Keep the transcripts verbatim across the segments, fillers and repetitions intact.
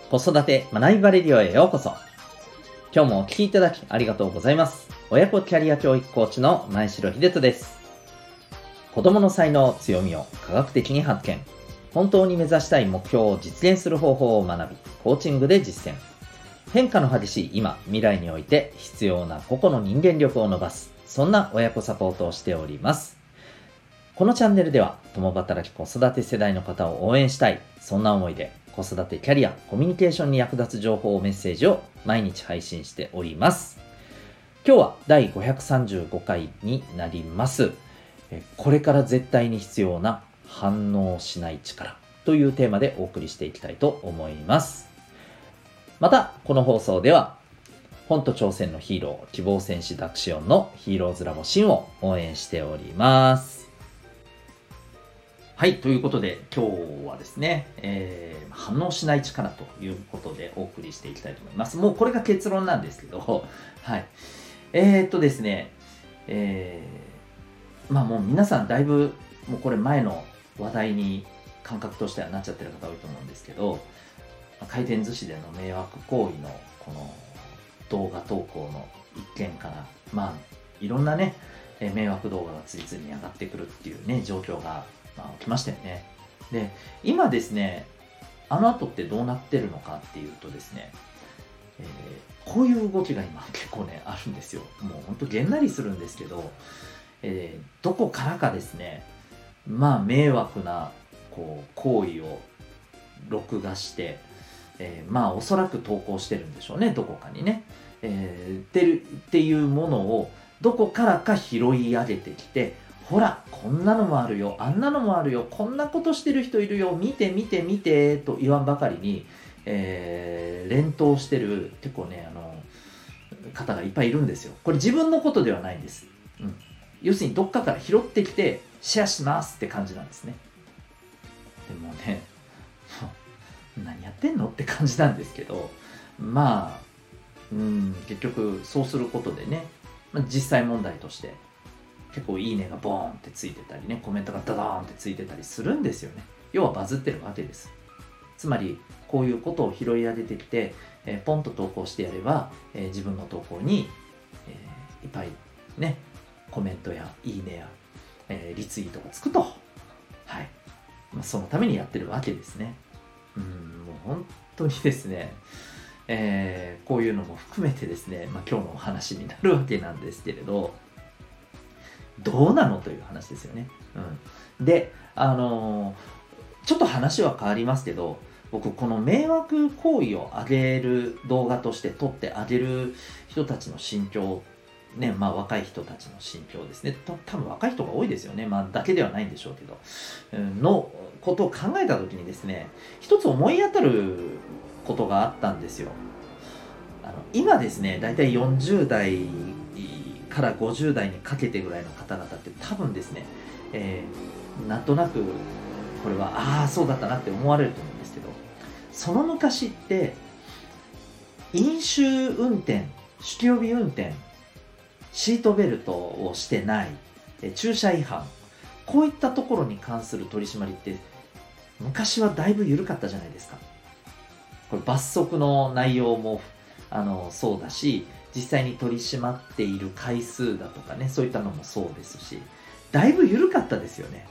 子育て学びバレリオへようこそ。今日もお聞きいただきありがとうございます。親子キャリア教育コーチの前城秀人です。子供の才能、強みを科学的に発見。本当に目指したい目標を実現する方法を学び、コーチングで実践。変化の激しい今、未来において必要な個々の人間力を伸ばす。そんな親子サポートをしております。このチャンネルでは、共働き子育て世代の方を応援したい。そんな思いで、子育てキャリア、コミュニケーションに役立つ情報、メッセージを毎日配信しております。今日はだいごひゃくさんじゅうごかいになります。これから絶対に必要な反応しない力というテーマでお送りしていきたいと思います。また、この放送では、本と挑戦のヒーロー、希望戦士ダクシオンのヒーローズラボシンを応援しております。はい、ということで今日はですね、えー、反応しない力ということでお送りしていきたいと思います。もうこれが結論なんですけど、はい。えーっとですね、えー、まあもう皆さんだいぶ、もうこれ前の話題に感覚としてはなっちゃってる方多いと思うんですけど、回転寿司での迷惑行為のこの動画投稿の一件から、まあいろんなね、迷惑動画が次々に上がってくるっていうね、状況がまあ、起きましたよね。で、今ですね、あの後ってどうなってるのかっていうとですね、えー、こういう動きが今結構ね、あるんですよ。もうほんとげんなりするんですけど、えー、どこからかですね、まあ迷惑なこう行為を録画して、えー、まあおそらく投稿してるんでしょうね、どこかにね。えー、ってるっていうものをどこからか拾い上げてきて、ほら、こんなのもあるよ、あんなのもあるよ、こんなことしてる人いるよ、見て見て見て、と言わんばかりに、えー、連投してる、結構ね、あの、方がいっぱいいるんですよ。これ自分のことではないんです。うん。要するにどっかから拾ってきて、シェアしますって感じなんですね。でもね、何やってんのって感じなんですけど、まあ、うん、結局そうすることでね、実際問題として、結構いいねがボーンってついてたりね、コメントがダダーンってついてたりするんですよね。要はバズってるわけです。つまり、こういうことを拾い上げてきて、えー、ポンと投稿してやれば、えー、自分の投稿に、えー、いっぱいね、コメントやいいねや、えー、リツイートがつくと。はい。まあ、そのためにやってるわけですね。うん、もう本当にですね、えー、こういうのも含めてですね、まあ、今日のお話になるわけなんですけれど、どうなのという話ですよね。うん、で、あのー、ちょっと話は変わりますけど、僕、この迷惑行為を上げる動画として撮ってあげる人たちの心境、ね、まあ若い人たちの心境ですね。多分若い人が多いですよね。まあだけではないんでしょうけど、うん、のことを考えたときにですね、一つ思い当たることがあったんですよ。あの今ですね、だいたいよんじゅうだいからごじゅうだいにかけてぐらいの方々って多分ですね、えー、なんとなくこれはああそうだったなって思われると思うんですけど、その昔って飲酒運転、酒気帯び運転、シートベルトをしてない、駐車違反、こういったところに関する取り締まりって昔はだいぶ緩かったじゃないですか。これ罰則の内容もあのそうだし、実際に取り締まっている回数だとかね、そういったのもそうですし、だいぶ緩かったですよね。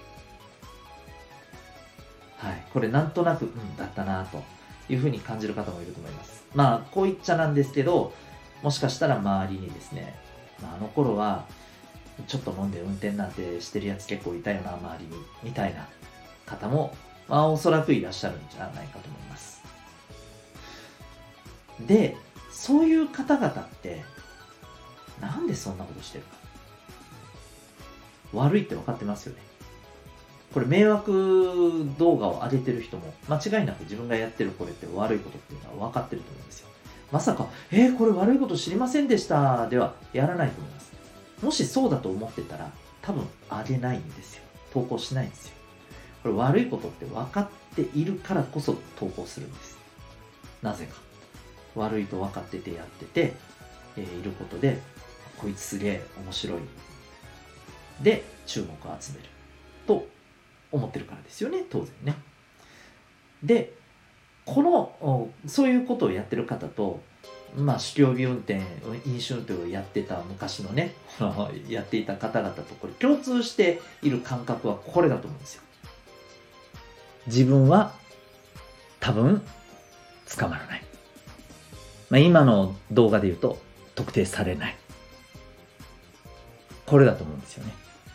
はい。これなんとなく、うん、だったなというふうに感じる方もいると思います。まあ、こう言っちゃなんですけど、もしかしたら周りにですね、まあ、あの頃は、ちょっと飲んで運転なんてしてるやつ結構いたよな、周りに、みたいな方も、まあ、おそらくいらっしゃるんじゃないかと思います。で、そういう方々って、なんでそんなことしてるか。悪いって分かってますよね。これ迷惑動画を上げてる人も間違いなく自分がやってるこれって悪いことっていうのは分かってると思うんですよ。まさか、えー、これ悪いこと知りませんでしたではやらないと思います。もしそうだと思ってたら多分上げないんですよ。投稿しないんですよ。これ悪いことって分かっているからこそ投稿するんです。なぜか。悪いと分かっててやってて、えー、いることで、こいつすげえ面白い。で、注目を集める。と思ってるからですよね、当然ね。で、 このおそういうことをやってる方と、まあ、酒気帯び運転飲酒運転をやってた昔のねやっていた方々とこれ共通している感覚はこれだと思うんですよ。自分は多分捕まらない、まあ、今の動画で言うと特定されない、これだと思うんですよね。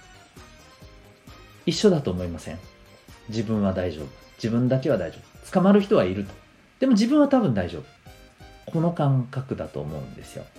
一緒だと思いません？自分は大丈夫、自分だけは大丈夫、捕まる人はいると、でも自分は多分大丈夫、この感覚だと思うんですよ。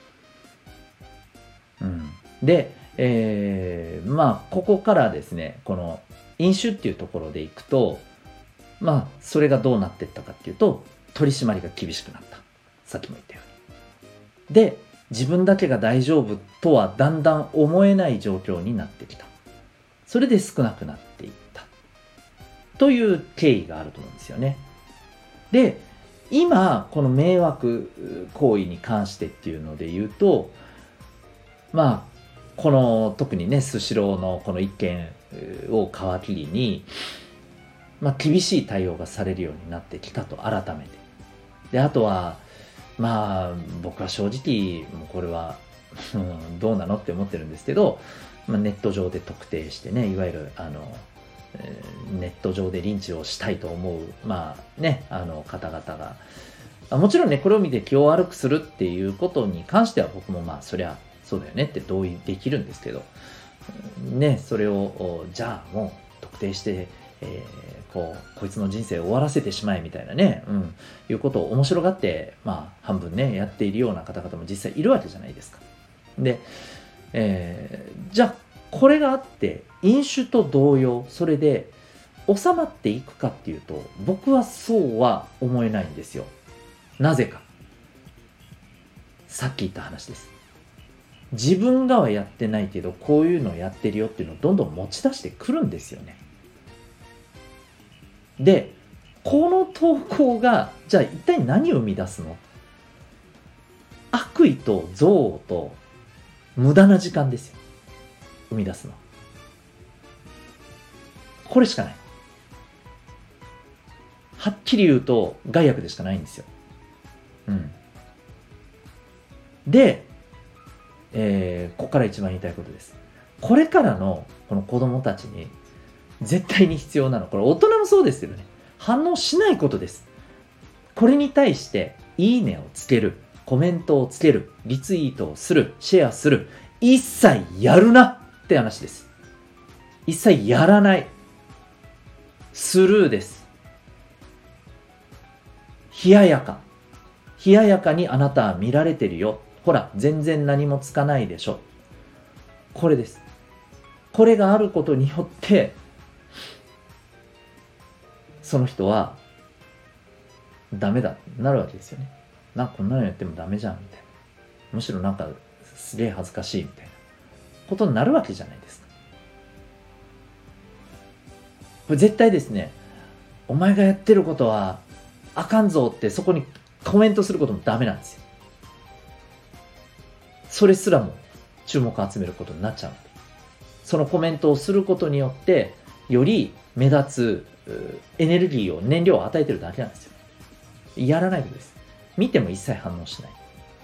うん、で、えー、まあここからですね、この飲酒っていうところでいくと、まあそれがどうなっていったかっていうと、取り締まりが厳しくなった、さっきも言ったように。で、自分だけが大丈夫とはだんだん思えない状況になってきた。それで少なくなっていったという経緯があると思うんですよね。で、今この迷惑行為に関してっていうので言うと、まあこの特にねスシローのこの一件を皮切りに、まあ、厳しい対応がされるようになってきたと改めて。で、あとはまあ僕は正直もうこれはどうなのって思ってるんですけど、まあ、ネット上で特定してね、いわゆるあの、えー、ネット上でリンチをしたいと思うまあねあの方々が、もちろんねこれを見て気を悪くするっていうことに関しては僕もまあそりゃそうだよねって同意できるんですけどね、それをじゃあもう特定して、えー、こうこいつの人生を終わらせてしまえみたいなね、うん、いうことを面白がってまあ半分ねやっているような方々も実際いるわけじゃないですか。で、えー、じゃあこれがあって飲酒と同様それで収まっていくかっていうと、僕はそうは思えないんですよ。なぜか、さっき言った話です。自分がはやってないけどこういうのをやってるよっていうのをどんどん持ち出してくるんですよね。で、この投稿がじゃあ一体何を生み出すの？悪意と憎悪と無駄な時間ですよ、生み出すの。これしかない。はっきり言うと害悪でしかないんですよ。うん。で、えー、ここから一番言いたいことです。これからのこの子供たちに絶対に必要なの、これ大人もそうですよね。反応しないことです。これに対していいねをつける、コメントをつける、リツイートをする、シェアする、一切やるなって話です。一切やらない。スルーです。冷ややか。冷ややかにあなたは見られてるよ。ほら、全然何もつかないでしょ。これです。これがあることによって、その人は、ダメだ、なるわけですよね。なんかこんなのやってもダメじゃん、みたいな。むしろなんか、すげえ恥ずかしい、みたいなことになるわけじゃないですか。これ絶対ですね、お前がやってることは、あかんぞってそこにコメントすることもダメなんですよ。それすらも注目を集めることになっちゃうので、そのコメントをすることによってより目立つエネルギーを燃料を与えてるだけなんですよ。やらないことです。見ても一切反応しない。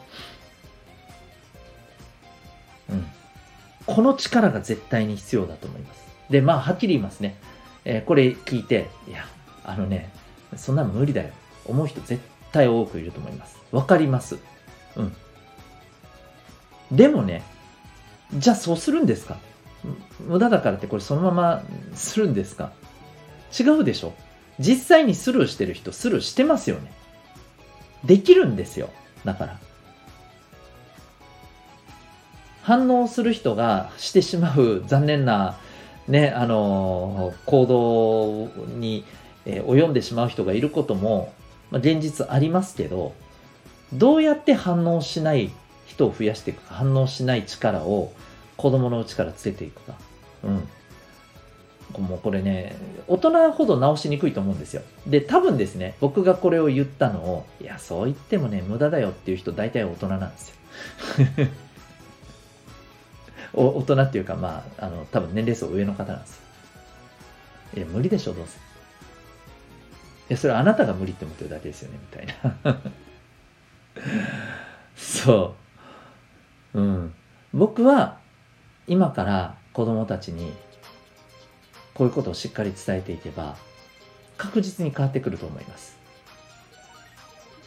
うん。この力が絶対に必要だと思います。で、まあはっきり言いますね。えー、これ聞いて、いやあのねそんなの無理だよ思う人絶対多くいると思います。わかります。うん。でもね、じゃあそうするんですか？無駄だからってこれそのままするんですか？違うでしょ。実際にスルーしてる人スルーしてますよね。できるんですよ。だから反応する人がしてしまう残念なねあのー、行動に、えー、及んでしまう人がいることも、まあ、現実ありますけど、どうやって反応しない人を増やしていくか、反応しない力を子供のうちからつけていくか。うん。もうこれね、大人ほど直しにくいと思うんですよ。で、多分ですね、僕がこれを言ったのを、いや、そう言ってもね、無駄だよっていう人、大体大人なんですよ。お大人っていうか、まあ、あの、多分年齢層上の方なんですよ。いや、無理でしょ、どうせ。 や、それはあなたが無理って思ってるだけですよね、みたいな。そう。うん。僕は、今から子供たちに、こういうことをしっかり伝えていけば、確実に変わってくると思います。うん。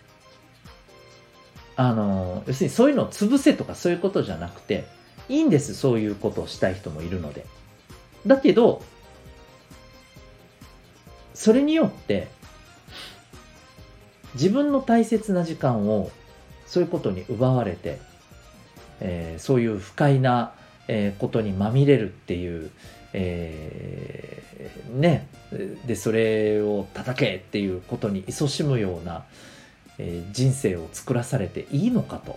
あの、要するにそういうのを潰せとかそういうことじゃなくて、いいんです、そういうことをしたい人もいるので。だけど、それによって、自分の大切な時間をそういうことに奪われて、えーそういう不快な、えーことにまみれるっていう、えーね、で、それを叩けっていうことに勤しむような、えー人生を作らされていいのかと。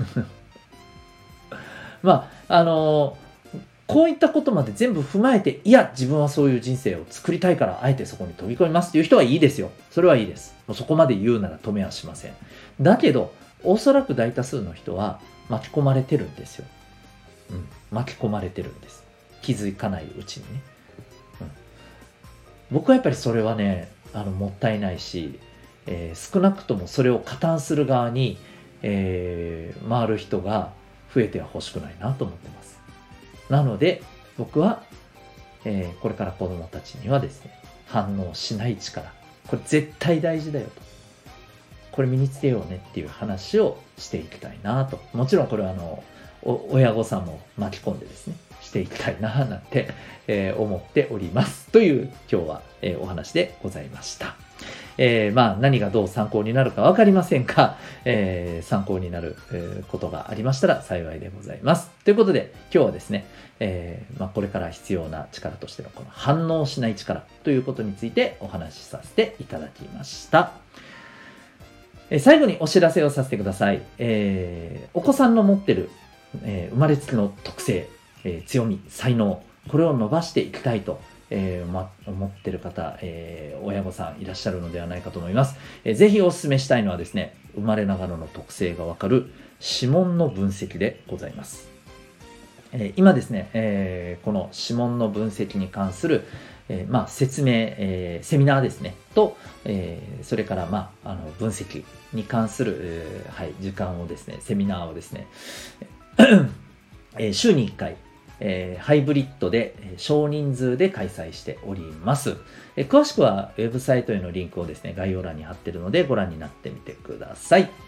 まあ、あのーこういったことまで全部踏まえて、いや、自分はそういう人生を作りたいから、あえてそこに飛び込みますっていう人はいいですよ。それはいいです。もうそこまで言うなら止めはしません。だけど、おそらく大多数の人は巻き込まれてるんですよ。うん。巻き込まれてるんです。気づかないうちにね。うん。僕はやっぱりそれはね、あの、もったいないし、えー少なくともそれを加担する側に、えー回る人が増えては欲しくないなと思ってます。なので、僕は、えーこれから子供たちにはですね、反応しない力。これ絶対大事だよと。これ身につけようねっていう話をしていきたいなと。もちろんこれはあの、お親御さんも巻き込んでですね、していきたいななんて、えー思っております。という今日は、えーお話でございました。えーまあ何がどう参考になるかわかりませんが、えー参考になる、えーことがありましたら幸いでございます。ということで今日はですね、えーまあ、これから必要な力としてのこの反応しない力ということについてお話しさせていただきました。えー最後にお知らせをさせてください。えーお子さんの持ってる、えー生まれつきの特性、えー強み、才能、これを伸ばしていきたいと、えーま、思ってる方、えー親御さんいらっしゃるのではないかと思います。えーぜひお勧めしたいのはですね、生まれながらの特性がわかる指紋の分析でございます。えー今ですね、えーこの指紋の分析に関する、えーまあ、説明、えーセミナーですね、と、えーそれから、まあ、あの分析に関する、えーはい、時間をですね、セミナーをですね、えー週にいっかい、えーハイブリッドでえー少人数で開催しております。えー詳しくはウェブサイトへのリンクをですね、概要欄に貼っているのでご覧になってみてください。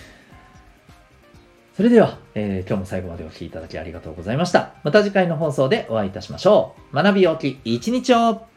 それでは、えー今日も最後までお聞きいただきありがとうございました。また次回の放送でお会いいたしましょう。学びよき一日を